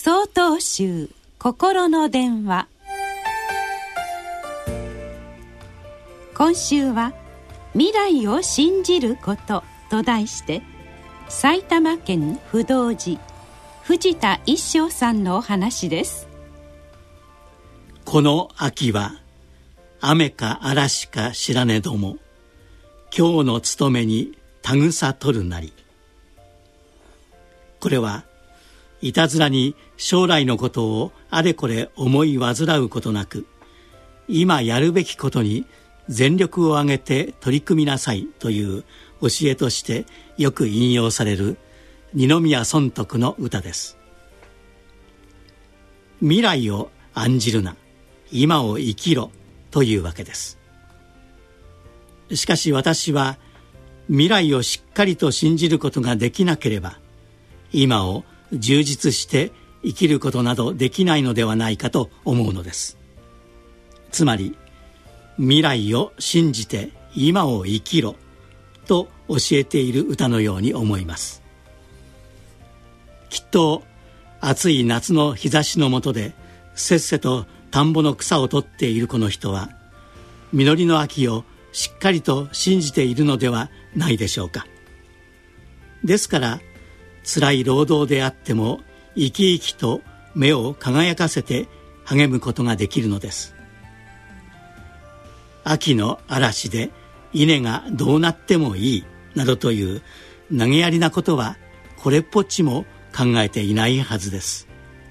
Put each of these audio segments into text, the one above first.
曹洞宗心の電話。今週は未来を信じることと題して、埼玉県不動寺藤田一生さんのお話です。 この秋は雨か嵐か知らねども、今日の務めにたぐさ取るなり。これはいたずらに将来のことをあれこれ思い煩うことなく、今やるべきことに全力を挙げて取り組みなさいという教えとしてよく引用される二宮尊徳の歌です。未来を案じるな、今を生きろというわけです。しかし私は未来をしっかりと信じることができなければ、今を充実して生きることなどできないのではないかと思うのです。つまり未来を信じて今を生きろと教えている歌のように思います。きっと暑い夏の日差しの下でせっせと田んぼの草を取っているこの人は、実りの秋をしっかりと信じているのではないでしょうか。ですから辛い労働であっても生き生きと目を輝かせて励むことができるのです。秋の嵐で稲がどうなってもいいなどという投げやりなことはこれっぽっちも考えていないはずです。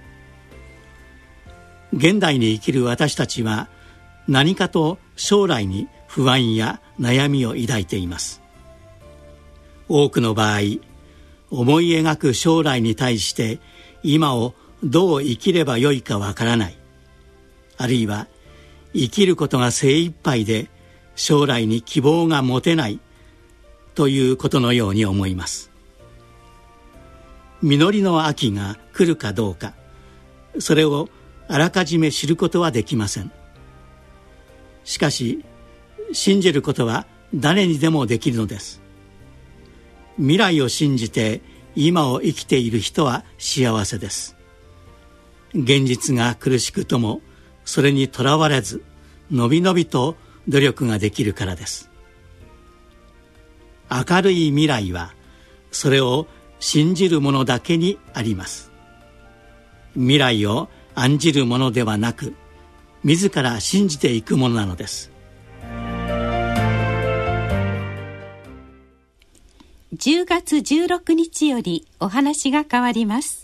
現代に生きる私たちは何かと将来に不安や悩みを抱いています。多くの場合、思い描く将来に対して今をどう生きればよいかわからない、あるいは生きることが精一杯で将来に希望が持てないということのように思います。実りの秋が来るかどうか、それをあらかじめ知ることはできません。しかし信じることは誰にでもできるのです。未来を信じて今を生きている人は幸せです。現実が苦しくともそれにとらわれず、のびのびと努力ができるからです。明るい未来はそれを信じる者だけにあります。未来を案じるものではなく、自ら信じていくものなのです。 10月16日よりお話が変わります。